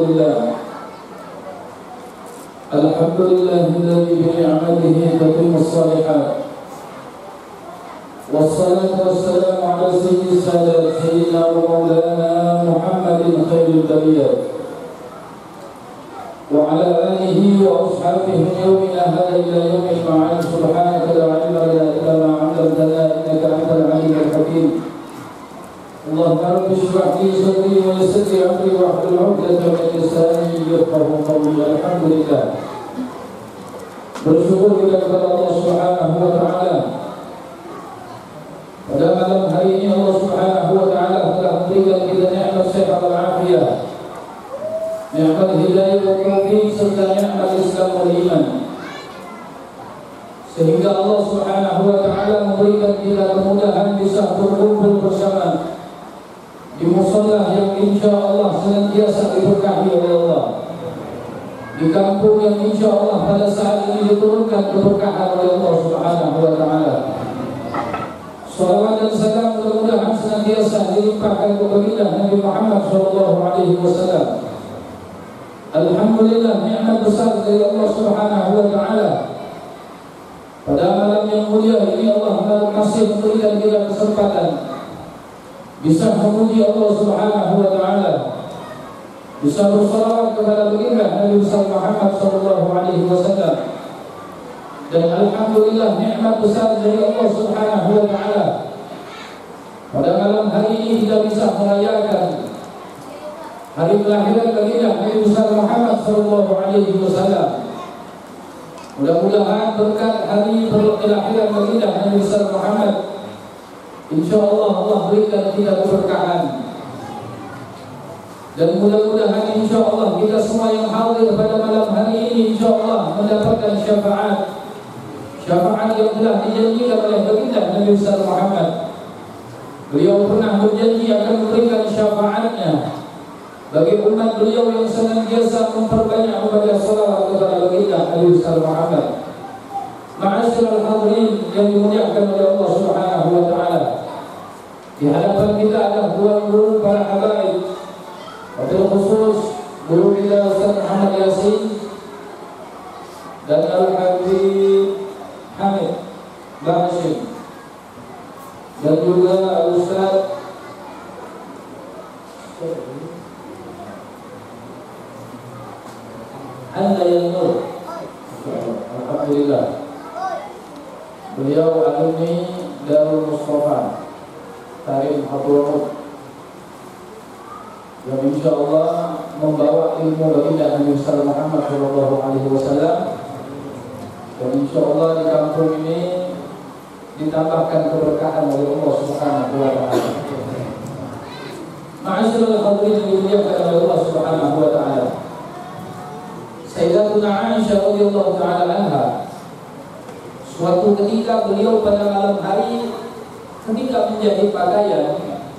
الحمد لله الذي بنعمته تتم الصالحات، والصلاة والسلام على سيد السادات سيدنا ومولانا محمد خير البريات وعلى آله وأصحابه من يومنا هذا إلى يوم المعاد. سبحانك لا علم لنا إلا ما علمتنا إنك أنت العليم الحكيم. اللهم رب اشرح لي صدري ويسر لي أمري واحلل عقدة من لساني يفقهوا قولي. الحمد لله. Bersyukur kita kepada Allah Subhanahu wa taala. Pada malam hari ini Allah Subhanahu wa taala telah memberikan kita nikmat sehat wal afiat, nikmat hidayah wa taufik serta nikmat Islam wal iman. Sehingga Allah Subhanahu wa taala memberikan kita kemudahan bisa berkumpul bersama di musalla yang insyaallah senantiasa diberkahi oleh Allah, di kampung yang insyaallah pada saat ini diturunkan keberkahan oleh Allah Subhanahu wa taala. Salawat dan salam mudah-mudahan senantiasa dilimpahkan kepada Nabi Muhammad sallallahu alaihi wasallam. Alhamdulillah, nikmat besar dari Allah Subhanahu wa taala. Pada malam yang mulia ini Allah masih memberikan kita kesempatan bisa memuji Allah Subhanahu wa taala, bisa bersalawat kepada baginda Nabi Muhammad sallallahu alaihi wasallam. Dan alhamdulillah nikmat besar dari Allah Subhanahu wa taala. Pada malam hari ini kita bisa merayakan hari kelahiran baginda Nabi Muhammad sallallahu alaihi wasallam. Mudah-mudahan berkat hari kelahiran baginda Nabi Muhammad, insyaallah Allah berikan kita keberkahan. Dan mudah-mudahan insyaallah kita semua yang hadir pada malam hari ini insyaallah mendapatkan syafaat yang telah dijanjikan oleh baginda Nabi Muhammad. Beliau pernah berjanji akan memberikan syafaatnya bagi umat beliau yang senantiasa memperbanyak membaca salawat kepada baginda Nabi Muhammad. Ma'asyiral hadirin yang dimuliakan oleh Allah Subhanahu wa taala. Di hadapan kita ada dua guru para habaib, wabil khusus guru kita Ustaz Muhammad Yasin dan Al-Habib Hamid Bashir, dan juga Ustaz Anda yang Nur. Alhamdulillah, beliau alumni Darul Mustafa Tarim Hadramut yang insyaallah membawa ilmu baginda Nabi Muhammad sallallahu alaihi wasallam. Dan insyaallah di kampung ini ditambahkan keberkahan oleh Allah Subhanahu wa taala. Ma'asyiral hadirin yang dimuliakan oleh Allah Subhanahu wa taala. Sayyidatuna Aisyah radhiyallahu taala anha, suatu ketika beliau pada malam hari ketika menjahit pakaian,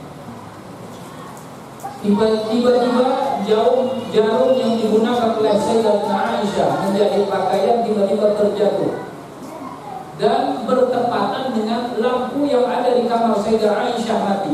tiba-tiba jarum yang digunakan oleh Sayyidatuna Aisyah menjahit pakaian tiba-tiba terjatuh dan bertepatan dengan lampu yang ada di kamar Sayyidatuna Aisyah mati.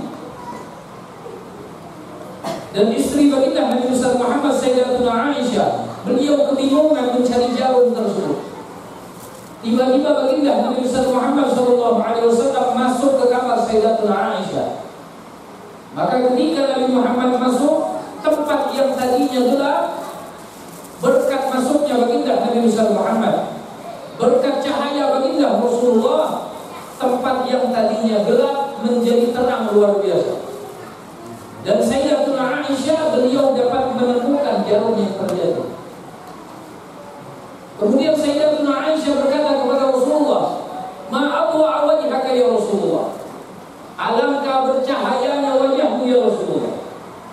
Dan istri baginda Nabi Muhammad Sayyidatuna Aisyah, beliau kebingungan mencari jarum tersebut. Tiba-tiba baginda Nabi Muhammad sallallahu alaihi wasallam masuk ke kamar Sayyidatuna Aisyah. Maka ketika Nabi Muhammad masuk, tempat yang tadinya gelap berkat masuknya baginda Nabi Muhammad, berkat cahaya baginda Rasulullah, tempat yang tadinya gelap menjadi terang luar biasa. Dan Sayyidatuna Aisyah, beliau dapat menemukan jarum yang terjatuh. Kemudian Sayyidatuna Aisyah berkata kepada Rasulullah, "Ma adwa wajhaka ya Rasulullah?" Alangkah bercahayanya wajahmu ya Rasulullah.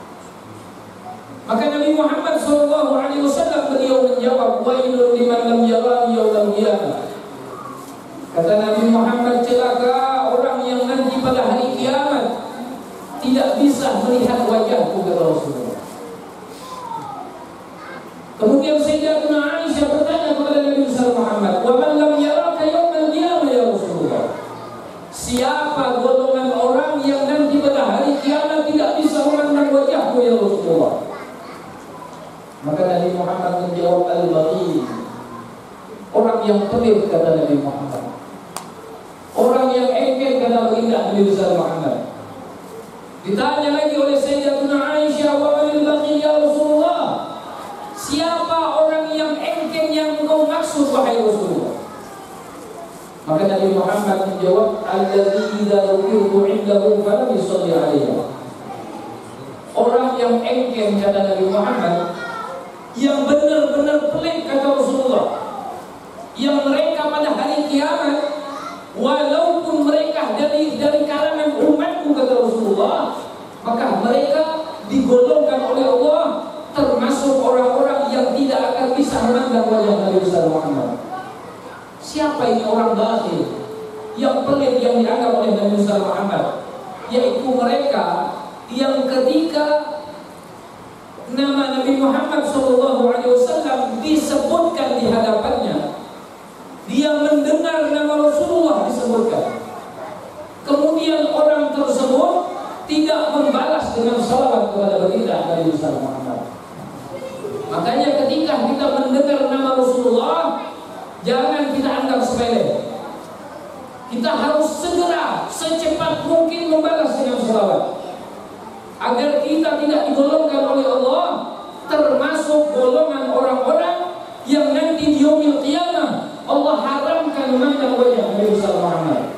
Maka Nabi Muhammad SAW beliau menjawab, "Wailun liman lam yarani yaumil qiyamah." Kata Nabi Muhammad, celaka orang yang nanti pada hari kiamat tidak bisa melihat wajahku, kata Rasulullah. Kemudian Sayyidatuna Aisyah bertanya kepada Nabi Muhammad, "Wa man lam yaraka yaumil qiyamah ya Rasulullah?" Siapa golongan orang yang nanti pada hari kiamat tidak bisa memandang wajahmu ya Rasulullah? Maka Nabi Muhammad menjawab, al-bakhil, orang yang pelit, kata Nabi Muhammad. Orang yang engkel, kata baginda Nabi besar Muhammad. Ditanya lagi oleh Sayyidatuna Aisyah, wa manil bakhil ya Rasulullah? Siapa orang yang engkel yang engkau maksud wahai Rasulullah? Maka Nabi Muhammad menjawab, alladzi idza dzukirtu 'indahu falam yusalli 'alayya. Orang yang engkel, kata Nabi Muhammad, yang benar-benar pelit, kata Rasulullah, yang mereka pada hari kiamat, walaupun mereka dari kalangan umatku, kata Rasulullah, maka mereka digolongkan oleh Allah termasuk orang-orang yang tidak akan bisa memandang wajah Nabi besar Muhammad. Siapa ini orang bakhil, yang pelit, yang dianggap oleh Nabi besar Muhammad? Yaitu mereka yang ketika nama Nabi Muhammad SAW disebutkan di hadapannya, dia mendengar nama Rasulullah disebutkan, kemudian orang tersebut tidak membalas dengan salawat kepada baginda Nabi besar Muhammad. Makanya ketika kita mendengar nama Rasulullah, jangan kita anggap sepele. Kita harus segera, secepat mungkin membalas dengan salawat, agar kita tidak digolongkan oleh Allah termasuk golongan orang-orang yang nanti di yaumil qiyamah Allah haramkan memandang wajah Nabi besar Muhammad.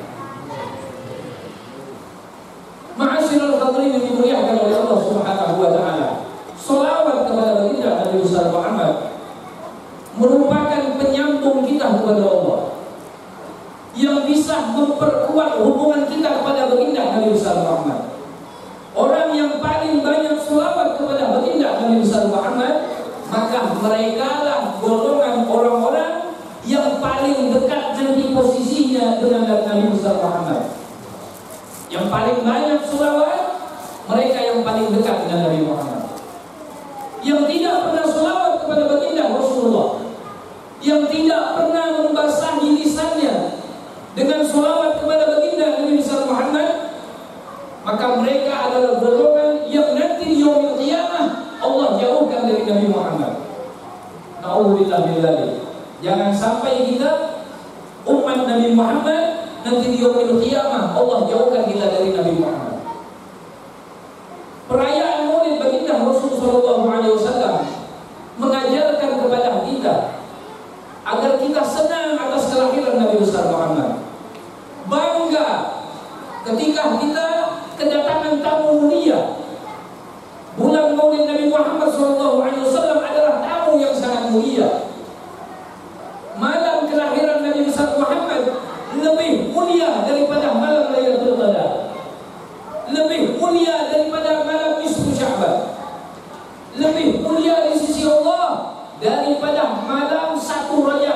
Ma'asyiral hadirin yang dimuliakan oleh Allah Subhanahu wa taala, salawat kepada baginda Nabi besar Muhammad merupakan penyambung kita kepada Allah, yang bisa memperkuat hubungan kita kepada baginda Nabi besar Muhammad. Orang yang paling banyak salawat kepada baginda Nabi besar Muhammad, maka mereka lah golongan orang-orang yang paling dekat nanti posisinya dengan Nabi besar Muhammad. Yang paling banyak salawat, mereka yang paling dekat dengan Nabi Muhammad. Yang tidak pernah salawat kepada baginda Rasulullah, yang tidak pernah membasahi lisannya dengan salawat kepada baginda Nabi besar Muhammad, maka mereka adalah golongan yang nanti di yaumil qiyamah Allah jauhkan dari Nabi Muhammad. Na'udzubillah min dzalik. Jangan sampai kita umat Nabi Muhammad nanti di yaumil qiyamah Allah jauhkan kita dari Nabi Muhammad. Perayaan Maulid baginda Rasul sallallahu alaihi wasallam mengajarkan kepada kita agar kita senang atas kelahiran Nabi besar Muhammad. Bangga ketika kita kedatangan tamu mulia. Bulan Maulid Nabi Muhammad SAW adalah tamu yang sangat mulia. Malam kelahiran Nabi besar Muhammad lebih mulia daripada malam Lailatul Qadar, lebih mulia daripada malam nisfu Sya'ban, lebih mulia di sisi Allah daripada malam 1 Rajab.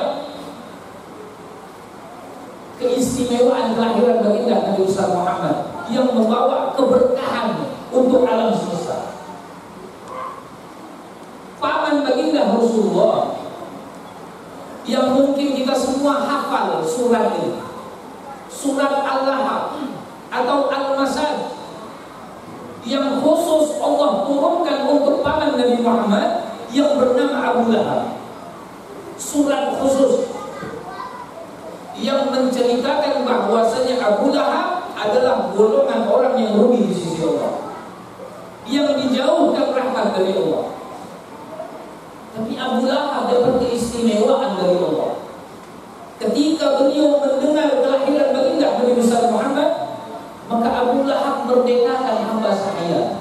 Keistimewaan kelahiran baginda Nabi besar Muhammad yang membawa keberkahan untuk alam semesta. Paman baginda Rasulullah yang mungkin kita semua hafal surat ini, surat Al-Lahab atau Al-Masad, yang khusus Allah turunkan untuk paman Nabi Muhammad yang bernama Abu Lahab. Surat khusus yang menceritakan bahwasanya Abu Lahab adalah golongan orang yang rugi di sisi Allah, yang dijauhkan rahmat dari Allah. Tapi Abu Lahab dapat keistimewaan dari Allah. Ketika beliau mendengar kelahiran baginda Nabi besar Muhammad, maka Abu Lahab merdekakan hamba sahaya.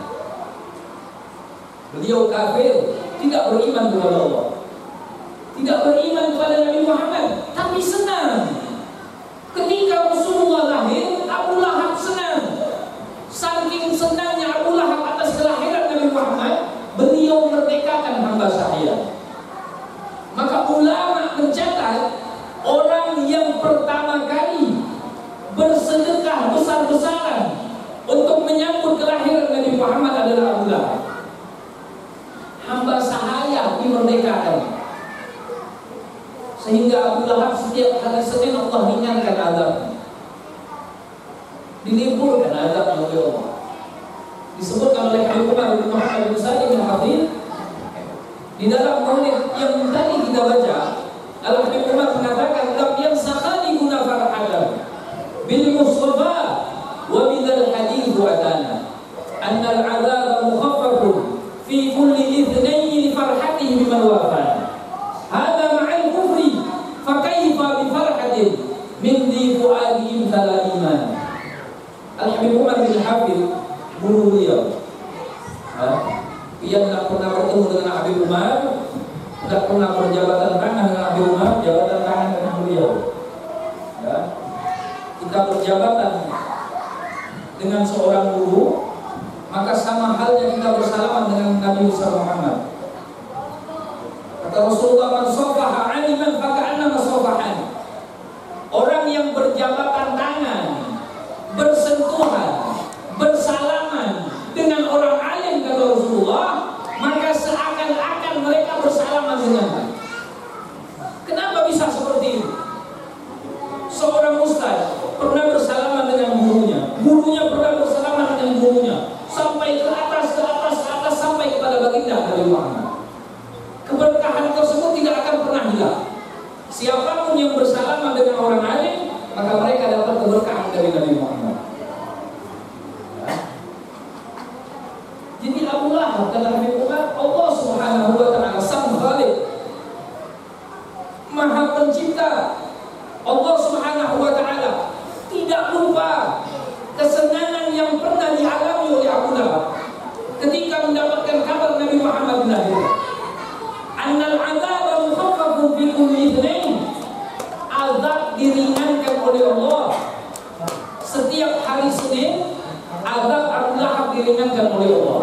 Beliau kafir, tidak beriman kepada Allah, tidak beriman kepada Nabi Muhammad, tapi senang. Ketika Rasulullah lahir, Abu Lahab senang. Saking senangnya Abu Lahab atas kelahiran Nabi Muhammad, beliau merdekakan hamba sahaya. Maka ulama mencatat orang yang pertama kali bersedekah besar-besaran untuk menyambut kelahiran Nabi Muhammad adalah Abu Lahab. Hamba sahaya dimerdekakan, sehingga Abu Lahab setiap hari Senin Allah ringankan azabnya, diliburkan azabnya oleh Allah. Disebutkan oleh Habib Umar bin Muhammad bin Salim bin Hafid, Di dalam maulid yang tadi kita baca, Al-Habib Umar mengatakan, "Lam yansakhani guna farhatan bil Mustafa wa bidal hadith atana anna al-'adzab mukhaffafun fi kulli ithnain li farhatihi biman wafana. Hadha ma'al kufri fa kaifa bi farhatin min di fuadihim fala iman." Al-Habib Umar bin Hafid, guru beliau, ia tidak pernah bertemu dengan Habib Umar, tidak pernah berjabatan tangan dengan Habib Umar, jabatan tangan dengan beliau. Ya. Kita berjabatan dengan seorang guru, maka sama halnya kita bersalaman dengan Nabi Muhammad. Kata Rasulullah, "Man safaha 'aliman faka'annama safahani." Orang yang berjabatan tangan, bersentuhan, bersalaman dengan orang alim, kata Rasulullah, maka seakan-akan mereka bersalaman dengannya. Kenapa bisa seperti itu? Seorang ustaz pernah bersalaman dengan gurunya, gurunya pernah bersalaman dengan gurunya, sampai ke atas, sampai kepada baginda Nabi Muhammad. Keberkahan tersebut tidak akan pernah hilang. Siapapun yang bersalaman dengan orang alim, maka mereka dapat keberkahan dari Nabi Muhammad. Jadi Abu Lahab, kata Habib Umar, Allah Subhanahu wa ta'ala Sang Khaliq, Maha Pencipta, Allah Subhanahu wa ta'ala tidak lupa kesenangan yang pernah dialami oleh Abu Lahab ketika mendapatkan kabar Nabi Muhammad lahir. Annal 'adzaba mukhaffafun fi kulli ithnain. Azab diringankan oleh Allah. Setiap hari Senin, azab Abu Lahab diringankan oleh Allah.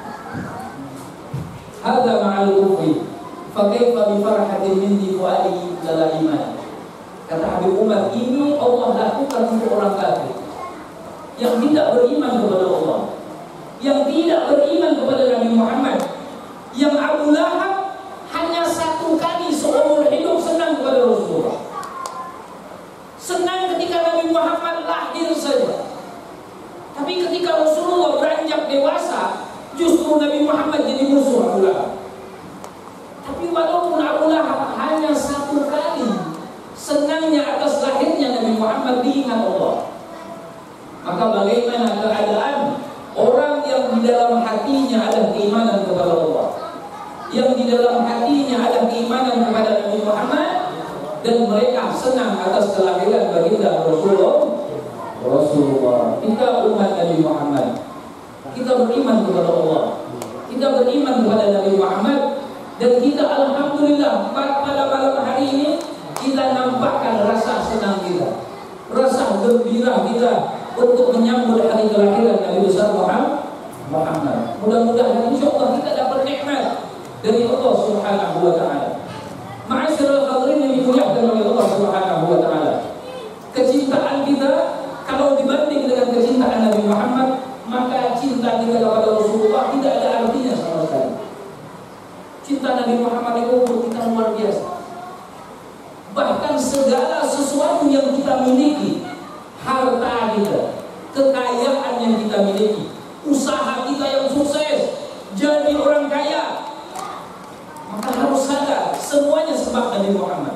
Hadza ma'al kufri fa kaifa bi farhatin min diwali lal iman. Kata Habib Umar, ini Allah lakukan untuk orang kafir yang tidak beriman kepada Allah, yang tidak beriman kepada Nabi Muhammad, yang Abu Lahab hanya satu kali seumur hidup senang kepada Rasulullah. Senang ketika Nabi Muhammad lahir saja. Tapi ketika Rasulullah beranjak dewasa, justru Nabi Muhammad jadi musuh Abu Lahab. Tapi walaupun Abu Lahab hanya satu kali senangnya atas lahirnya Nabi Muhammad diingat Allah, maka bagaimana keadaan orang yang di dalam hatinya ada keimanan kepada Allah, yang di dalam hatinya ada keimanan kepada Nabi Muhammad, dan mereka senang atas kelahiran baginda Rasulullah. Kita umat Nabi Muhammad, kita beriman kepada Allah, kita beriman kepada Nabi Muhammad, dan kita alhamdulillah pada malam hari ini kita nampakkan rasa senang kita, rasa gembira kita untuk menyambut hari kelahiran Nabi besar Muhammad. Mudah-mudahan insyaallah kita dapat nikmat dari Allah Subhanahu wa ta'ala. Ma'asyiral hadirin yang dimuliakan oleh Allah Subhanahu wa ta'ala, kecintaan kita kalau dibanding dengan kecintaan Nabi Muhammad, maka cinta kita kepada Rasulullah tidak ada artinya sama sekali. Cinta Nabi Muhammad itu untuk kita luar biasa. Bahkan segala sesuatu yang kita miliki, harta kita, kekayaan yang kita miliki, usaha kita yang sukses, jadi orang kaya, maka harus sadar semuanya sebab Nabi Muhammad.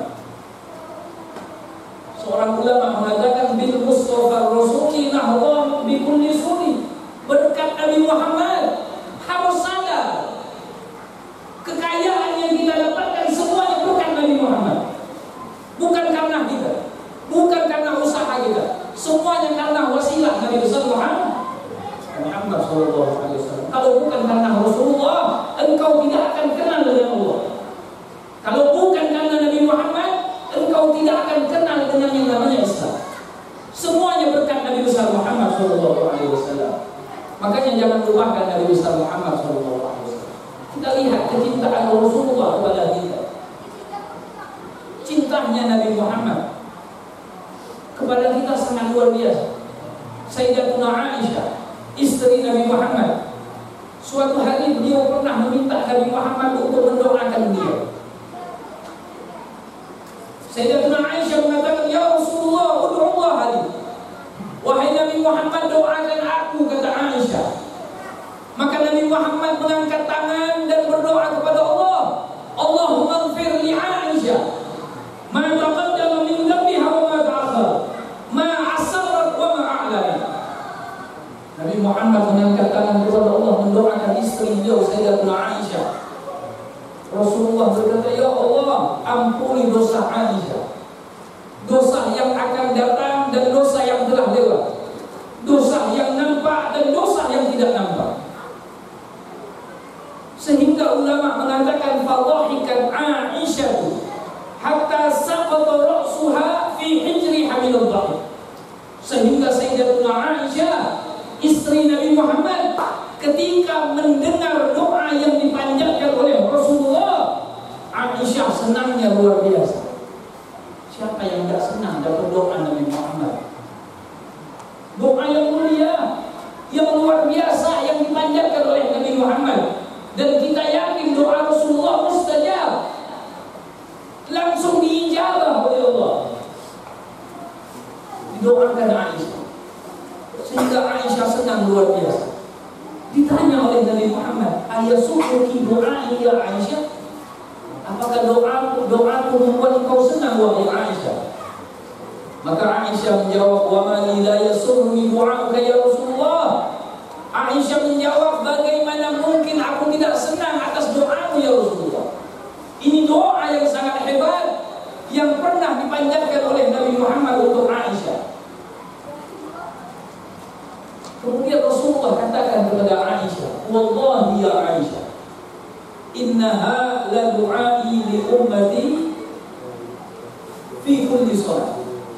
Seorang ulama mengatakan, bil Mustafa Rasuli nahdham bi kulli suni. Berkat Nabi Muhammad harus sadar kekayaan yang kita dapatkan semuanya berkat Nabi Muhammad. Bukan karena kita, bukan karena usaha kita, semuanya karena wasilah Nabi besar Muhammad sallallahu alaihi wasallam. Kalau bukan karena Rasulullah, engkau tidak akan kenal dengan Allah. Kalau bukan karena Nabi Muhammad, engkau tidak akan kenal dengan yang namanya Islam. Semuanya berkat Nabi besar Muhammad sallallahu alaihi wasallam. Makanya jangan lupakan Nabi besar Muhammad sallallahu alaihi wasallam. Kita lihat kecintaan Rasulullah kepada kita. Cintanya Nabi Muhammad kepada kita sangat luar biasa. Sayyidatuna Aisyah, istri Nabi Muhammad, suatu hari beliau pernah meminta Nabi Muhammad untuk mendoakan dia. Sayyidatuna Aisyah mengatakan, "Ya Rasulullah, ud'ullah li." Wahai Nabi Muhammad, doakan aku, kata Aisyah. Maka Nabi Muhammad mengangkat tangan dan berdoa kepada Allah. Rasulullah berkata, "Ya Allah, ampuni dosa Aisyah, dosa yang akan datang dan dosa yang telah lewat, dosa yang nampak dan dosa yang tidak nampak." Sehingga ulama mengatakan fadhahikat Aisyah hatta saqata ra'suha fi hijri hamil dhahir. Sehingga Sayyidatuna Aisyah, istri Nabi Muhammad, ketika mendengar doa yang dipanjatkan oleh Rasulullah, Aisyah senangnya luar biasa. Siapa yang tidak senang dapat doa Nabi Muhammad? Doa yang mulia, yang luar biasa yang dipanjatkan oleh Nabi Muhammad. Dan kita yakin doa Rasulullah mustajab, langsung diijabah oleh Allah. Didoakan Aisyah, sehingga Aisyah senang luar biasa. Ditanya oleh Nabi Muhammad, "Ayasuki doai ya Aisyah?" Apakah doaku membuat engkau senang wahai Aisyah? Maka Aisyah menjawab, "Wa ma li la yasurruni du'auka ya Rasulullah." Aisyah menjawab, "Bagaimana mungkin aku tidak senang atas doamu ya Rasulullah?" Ini doa yang sangat hebat yang pernah dipanjatkan oleh Nabi Muhammad untuk Aisyah. Kemudian Rasulullah katakan kepada Aisyah, "Wallahi ya Aisyah, innaha la du'ai li ummati fi kulli shalah."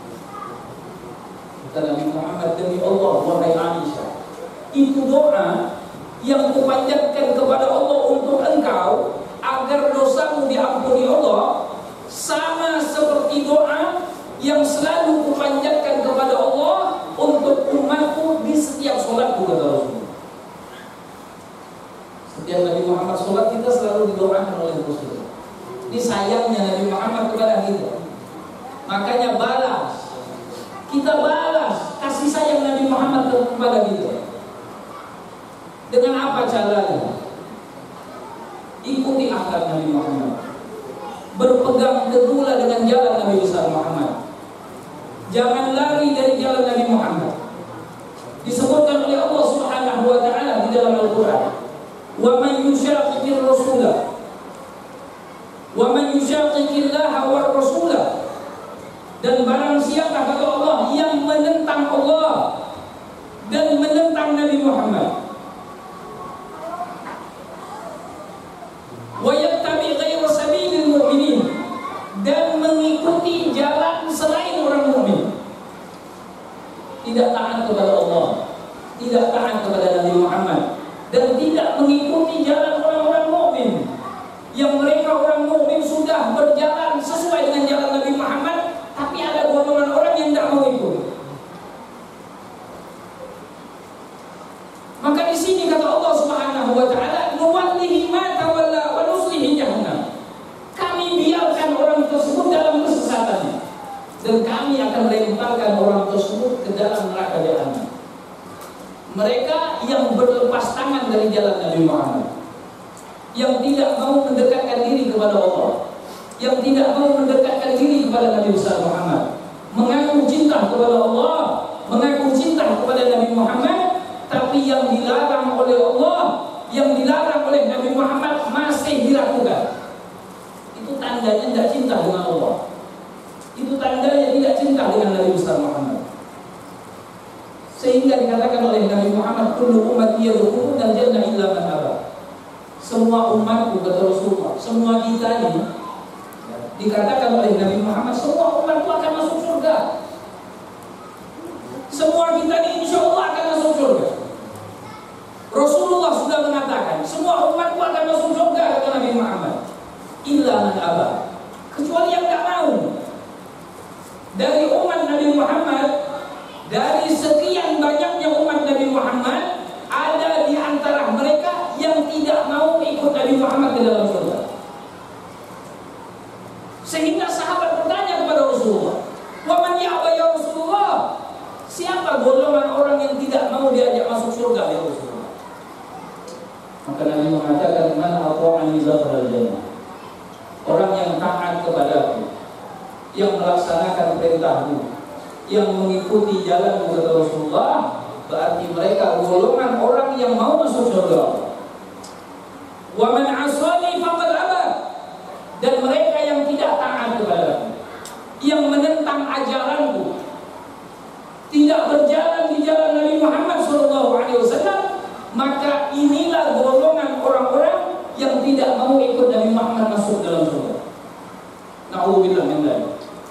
Kata Nabi Muhammad, "Demi Allah, wahai Aisyah, itu doa yang kupanjatkan kepada Allah untuk engkau agar dosamu diampuni Allah, sama seperti doa yang selalu kupanjatkan kepada Allah untuk umatku di setiap sholatku," kata Rasulullah. Setiap Nabi Muhammad sholat, kita selalu didoakan oleh Rasulullah. Ini sayangnya Nabi Muhammad kepada kita. Makanya kita balas kasih sayang Nabi Muhammad kepada kita. Dengan apa caranya? Ikuti akhlak Nabi Muhammad, berpegang teguhlah dengan jalan Nabi besar Muhammad. Jangan lari dari jalan Nabi Muhammad. Disebutkan oleh Allah Subhanahu wa taala di dalam Al-Qur'an, "Wa man yushaqiqir rasula wa man yushaqiqillaha war rasula." Dan barang siapa, kata Allah, yang menentang Allah dan menentang Nabi Muhammad, wa yattabi ghayra sabilil mu'minin, dan mengikuti jalan selain orang mukmin, tidak taat kepada Allah, tidak taat kepada Nabi Muhammad, dan tidak mengikuti jalan orang-orang mukmin, yang mereka orang mukmin sudah berjalan sesuai dengan jalan Nabi Muhammad, tapi ada golongan orang yang tidak mau ikut. Maka di sini kata Allah Subhanahu wa taala, "Nuwallihi ma tawalla wa nuslihi jahannam." Kami biarkan orang tersebut dalam kesesatannya, dan kami akan lemparkan orang tersebut ke dalam neraka jahanam. Mereka yang berlepas tangan dari jalan Nabi Muhammad, yang tidak mau mendekatkan diri kepada Allah, yang tidak mau mendekatkan diri kepada Nabi besar Muhammad, mengaku cinta kepada Allah, mengaku cinta kepada Nabi Muhammad, tapi yang dilarang oleh Allah, yang dilarang oleh Nabi Muhammad masih dilakukan. Itu tandanya tidak cinta dengan Allah. Itu tandanya tidak cinta dengan Nabi besar Muhammad. Sehingga dikatakan oleh Nabi Muhammad, "Kullu ummati yadkhuluna al-jannah illa man aba." Semua umatku, kata Rasulullah, semua kita ini, dikatakan oleh Nabi Muhammad, semua umatku akan masuk surga. Semua kita ini insya Allah akan masuk surga. Rasulullah sudah mengatakan, semua umatku akan masuk surga, kata Nabi Muhammad. Illa man aba, kecuali yang tidak mau. Dari umat Nabi Muhammad, dari sekian banyaknya umat Nabi Muhammad, ada di antara mereka yang tidak mau ikut Nabi Muhammad ke dalam surga. Sehingga sahabat bertanya kepada Rasulullah, "Wa man ya'ba ya Rasulullah?" Siapa golongan orang yang tidak mau diajak masuk surga ya Rasulullah? Maka Nabi mengatakan, "Man ata'ani dakhala jannah." Orang yang taat kepadaku, yang melaksanakan perintahmu, yang mengikuti jalanmu, kata Rasulullah, berarti mereka golongan orang yang mau masuk surga. Wa man 'asani faqad aba. Na'udzubillah min dzalik.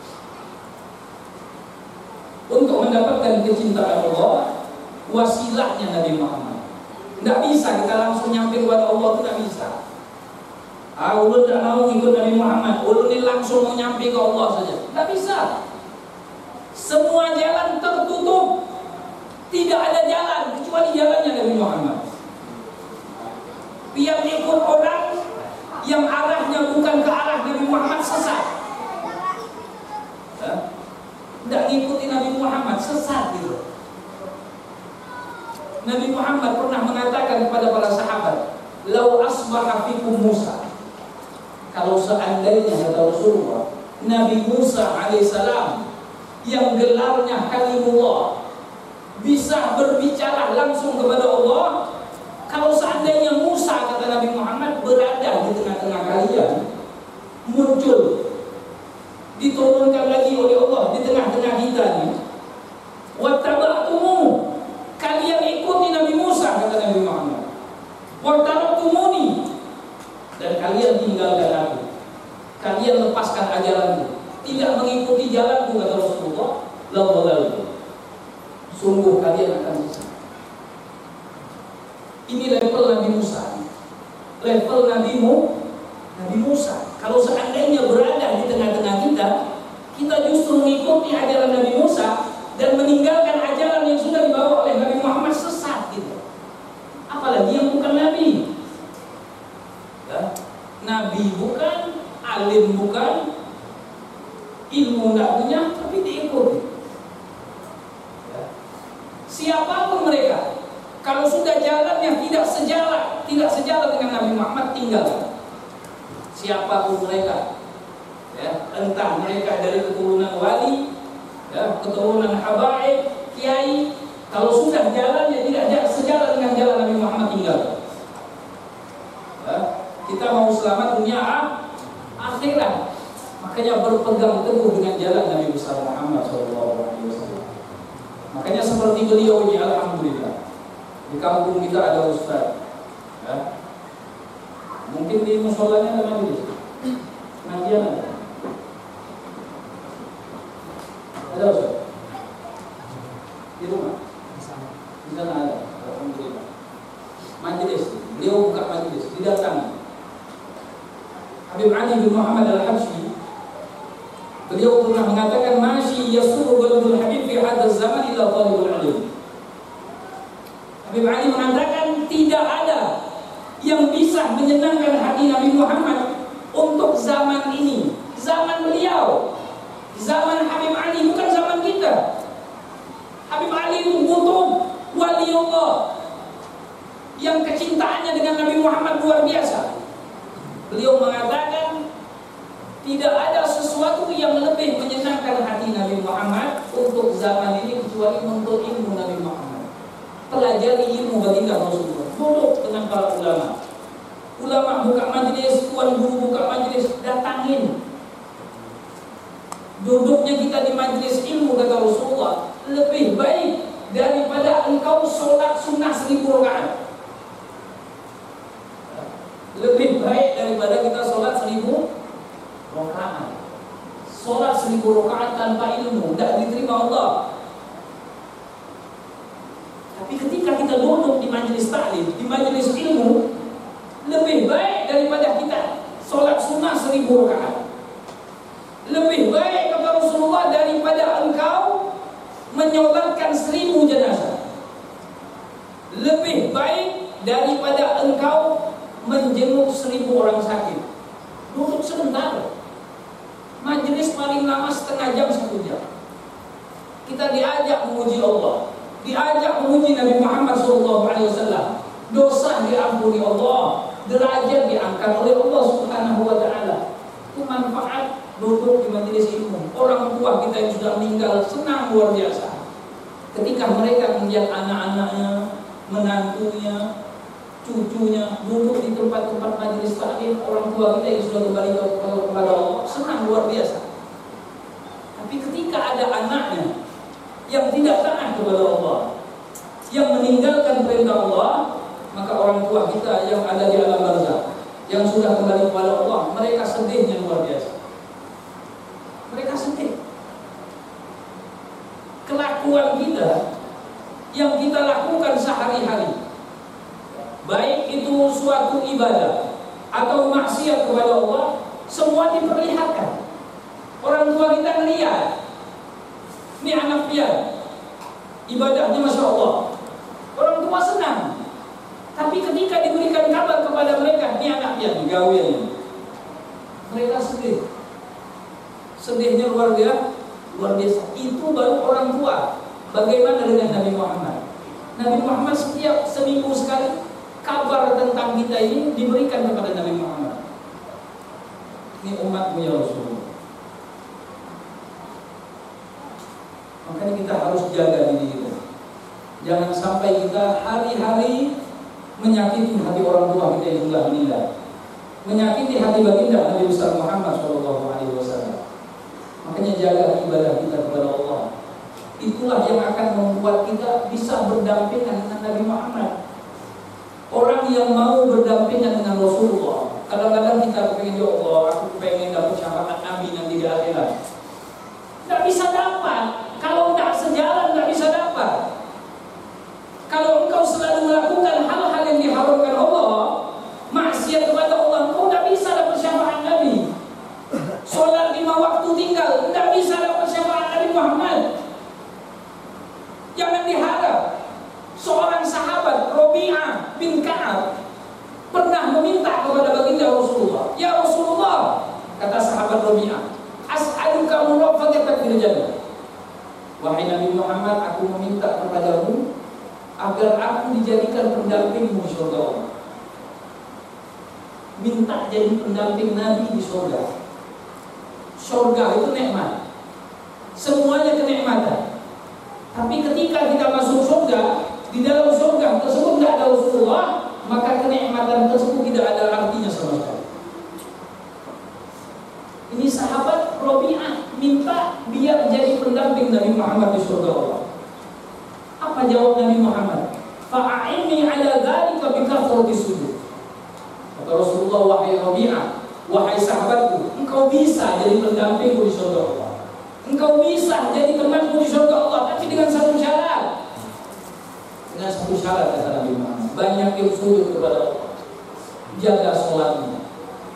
Untuk mendapatkan kecintaan Allah, wasilahnya Nabi Muhammad. Tidak bisa kita langsung nyampe kepada Allah, itu tidak bisa. Ulun tidak mau ikut Nabi Muhammad, ulun ini langsung mau nyampe ke Allah saja. Tidak bisa. Semua jalan tertutup. Tidak ada jalan kecuali jalannya Nabi Muhammad. Yang ikut orang yang arahnya bukan ke arah Nabi Muhammad sesat. Tidak ngikuti Nabi Muhammad sesat gitu. Nabi Muhammad pernah mengatakan kepada para sahabat, "Lau asbaha fikum Musa." Kalau seandainya kata Rasulullah, Nabi Musa alaihissalam yang gelarnya Kalimullah bisa berbicara langsung kepada Allah, kalau seandainya Musa kata Nabi Muhammad berada di tengah-tengah kalian, muncul, diturunkan lagi oleh Allah di tengah-tengah kita nih, wattaba'tumu, kalian ikuti Nabi Musa kata Nabi Muhammad, wattarabtumuni, dan kalian tinggalkan aku, kalian lepaskan ajaranku, tidak mengikuti jalanku kata Rasulullah, la dhalaltu, sungguh kalian akan sesat. Ini level Nabi Musa, level Nabi Musa. Kalau seandainya berada di tengah-tengah kita, kita justru mengikuti ajaran Nabi Musa dan meninggalkan ajaran yang sudah dibawa oleh Nabi Muhammad, sesat gitu. Apalagi yang bukan Nabi. Ya. Nabi bukan, alim bukan, ilmu tidak punya, tapi diikuti. Ya. Siapapun mereka, kalau sudah jalannya tidak sejalan dengan Nabi Muhammad, tinggalkan. Siapapun mereka, ya, entah mereka dari keturunan wali, ya, keturunan habaib, kiai, kalau sudah jalannya tidak sejalan dengan jalan Nabi Muhammad, tinggalkan. Ya, kita mau selamat dunia akhirat, makanya berpegang teguh dengan jalan Nabi besar Muhammad SAW. Makanya seperti beliau ini, alhamdulillah, di kampung kita ada ustaz, ya. Mungkin di musholanya ada majelis, pengajian ada. Ada ustaz? Di rumah? Di sana ada, alhamdulillah. Majelis, beliau buka majelis, didatangi Habib Ali bin Muhammad Al-Habsyi. Beliau pernah mengatakan, "Masyi yasuru waladul Habib fi hadzal zaman illa talibul ilm." Habib Ali mengatakan tidak ada yang bisa menyenangkan hati Nabi Muhammad untuk zaman ini, zaman beliau, zaman Habib Ali, bukan zaman kita. Habib Ali itu butuh wali Allah yang kecintaannya dengan Nabi Muhammad luar biasa. Beliau mengatakan tidak ada sesuatu yang lebih menyenangkan hati Nabi Muhammad untuk zaman ini kecuali menuntut ilmu Nabi Muhammad. Pelajari ilmu baginda Rasulullah, duduk dengan para ulama. Ulama buka majelis, tuan guru buka majelis, datangin. Duduknya kita di majelis ilmu kata Rasulullah lebih baik daripada engkau sholat sunnah 1000 rakaat. Lebih baik daripada kita sholat 1000 rakaat. Sholat 1000 rakaat tanpa ilmu tidak diterima Allah. Tapi ketika kita duduk di majelis taklim, di majelis ilmu, lebih baik daripada kita sholat sunnah 1000 rakaat. Lebih baik kata Rasulullah daripada engkau menyolatkan 1000 jenazah. Lebih baik daripada engkau menjenguk 1000 orang sakit. Duduk sebentar. Majelis paling lama setengah jam, 1 jam. Kita diajak memuji Allah, diajak memuji Nabi Muhammad SAW. Dosa diampuni Allah, derajat diangkat oleh Allah Subhanahu wa Ta'ala. Itu manfaat duduk di majelis ilmu. Orang tua kita yang sudah meninggal senang luar biasa ketika mereka melihat anak-anaknya, menantunya, cucunya duduk di tempat-tempat majelis taklim. Orang tua kita yang sudah kembali kepada Allah senang luar biasa. Tapi ketika ada anaknya yang tidak taat kepada Allah, yang meninggalkan perintah Allah, maka orang tua kita yang ada di alam barzakh, yang sudah kembali kepada Allah, mereka sedihnya luar biasa. sehari-hari, baik itu suatu ibadah atau maksiat kepada Allah, semua diperlihatkan. Orang tua kita melihat, ini anak dia ibadahnya Masya Allah, orang tua senang. Tapi ketika diberikan kabar kepada mereka, ini anak dia gawean, mereka sedih. Sedihnya luar biasa. Itu baru orang tua. Bagaimana dengan Nabi Muhammad? Nabi Muhammad setiap seminggu sekali kabar tentang kita ini diberikan kepada Nabi Muhammad. Ini umatmu ya Rasulullah. Makanya kita harus jaga diri kita. Jangan sampai kita hari-hari menyakiti hati orang tua kita yang sudah meninggal, menyakiti hati baginda Nabi besar Muhammad SAW. Makanya jaga ibadah kita kepada Allah. Itulah yang akan membuat kita bisa berdampingan dengan Nabi Muhammad. Orang yang mau berdampingan dengan Rasulullah, kadang-kadang kita pengen, ya Allah, aku pengen dapat syafaat Nabi nanti di akhirat. Tidak bisa dapat. Kalau tidak sejalan, tidak bisa dapat. Kalau engkau selalu melakukan hal-hal yang diharamkan Allah, maksiat kepada Allah, engkau tidak bisa dapat syafaat Nabi. Sholat 5 waktu tinggal, tidak bisa dapat syafaat Nabi Muhammad. Jangan diharap. Seorang sahabat Rabi'ah bin Ka'ab pernah meminta kepada baginda Rasulullah, ya Rasulullah, kata sahabat Rabi'ah, as'aluka murafaqatak fil jannah. Wahai Nabi Muhammad, aku meminta kepadamu agar aku dijadikan pendampingmu di surga Allah. Minta jadi pendamping Nabi di surga. Surga itu nikmat, semuanya kenikmatan. Tapi ketika kita masuk surga, di dalam surga tersebut tidak ada Rasulullah, maka kenikmatan tersebut tidak ada artinya sama sekali. Ini sahabat Rabi'ah minta biar jadi pendamping Nabi Muhammad di surga Allah. Apa jawab Nabi Muhammad? Fa'a'inni ala dzalika bi kathrati sujud. Kata Rasulullah, wahai Rabi'ah, wahai sahabatku, engkau bisa jadi pendampingku di surga Allah. Engkau bisa jadi temanku di surga Allah, tapi dengan satu syarat. Dengan satu syarat, kata Nabi Muhammad, banyak yang sujud kepada Allah, jaga sholatnya.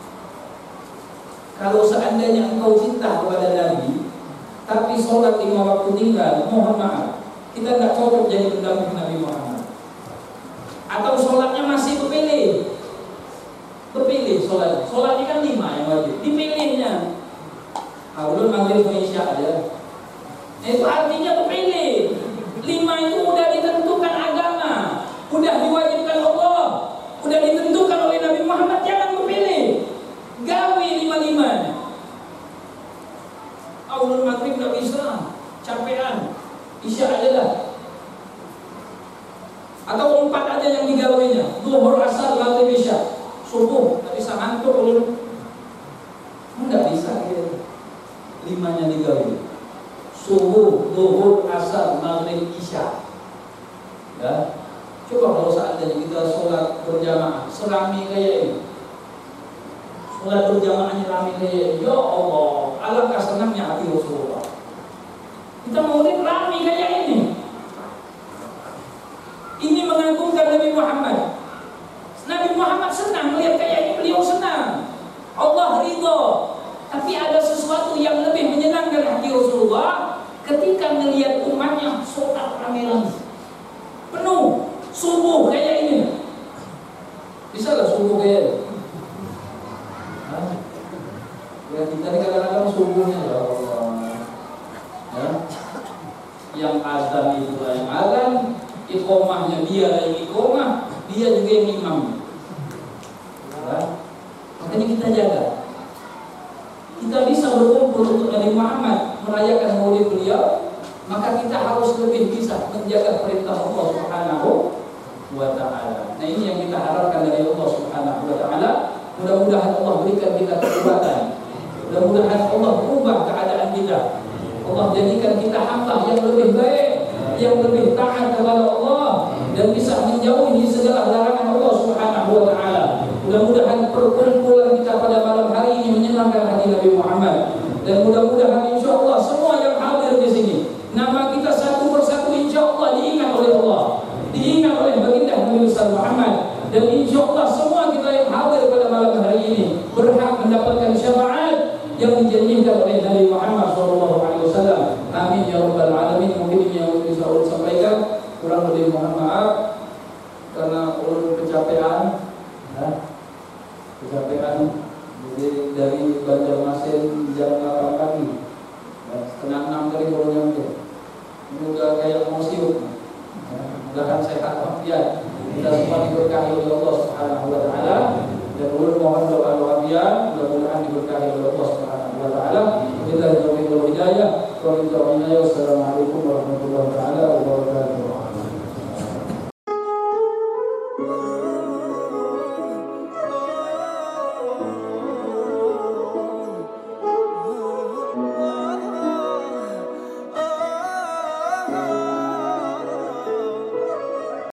Kalau seandainya engkau cinta kepada Nabi, tapi sholat 5 waktu tinggal, mohon maaf, kita nggak cocok jadi pendamping Nabi Muhammad. Atau sholatnya masih berpilih sholat. Sholatnya kan 5 yang wajib, dipilihnya. Ulun maghrib Isya aja. Itu artinya berpilih. 5 itu udah ditentukan agama, udah diwajibkan Allah, udah ditentukan oleh Nabi Muhammad, jangan berpilih. Gawe 5-5. Ulun maghrib nggak bisa, capean, Isya aja lah. Atau 4 aja yang digawainya, zuhur, asar, maghrib, Isya. Subuh nggak bisa, ngantuk ulun. Nggak bisa gitu. 5-nya digawe. Subuh, zuhur, asar, maghrib, Isya. Ya. Coba kalau seandainya kita sholat berjamaah serami kayak ini, sholat berjamaahnya rame kayak ini, ya Allah, alangkah senangnya hati Rasulullah. Kita maulid rame kayak ini. Ini mengagungkan Nabi Muhammad. Nabi Muhammad senang melihat kayak ini, beliau senang. Allah ridho. Tapi ada sesuatu yang lebih menyenangkan hati Rasulullah ketika melihat umatnya sholat rame-rame penuh, subuh kayak ini. Bisa gak subuh kayak ini? Ya kita ini kadang-kadang subuhnya ya Allah, ya. Yang azan itu yang azan, iqomahnya dia yang iqomah, dia juga yang imam. Ya. Makanya kita jaga. Kita bisa berkumpul untuk Nabi Muhammad merayakan maulid beliau, maka kita harus lebih bisa menjaga perintah Allah Subhanahu wa ta'ala. Nah ini yang kita harapkan dari Allah Subhanahu wa ta'ala. Mudah-mudahan Allah berikan kita kekuatan, mudah-mudahan Allah ubah keadaan kita, Allah jadikan kita hamba yang lebih baik, yang lebih taat kepada Allah, dan bisa menjauhi segala larangan Allah Subhanahu wa ta'ala. Mudah-mudahan perkumpulan kita pada malam hari ini menyenangkan hati Nabi Muhammad, dan mudah-mudahan insya Allah semua yang hadir di sini, nama kita satu persatu insya Allah diingat oleh Allah, diingat oleh besar Muhammad. Dan insya Allah semua kita yang hadir pada malam hari ini berhak mendapatkan syafaat yang dijanjikan oleh Nabi Muhammad SAW. Amin ya rabbal alamin. Mungkin ini yang bisa ulun sampaikan. Kurang lebih mohon maaf karena ulun kecapean. Jadi dari Banjarmasin jam 8 pagi, setengah 6 tadi baru nyampe. Ini udah kayak mau siup. Mudah-mudahan sehat walafiat. Kita semua diberkahi oleh Allah Subhanahu wa taala, dan ulun mohon doa walafiat, mudah-mudahan diberkahi oleh Allah Subhanahu wa taala. Billahi taufiq wal hidayah. Wassalamualaikum warahmatullahi wabarakatuh.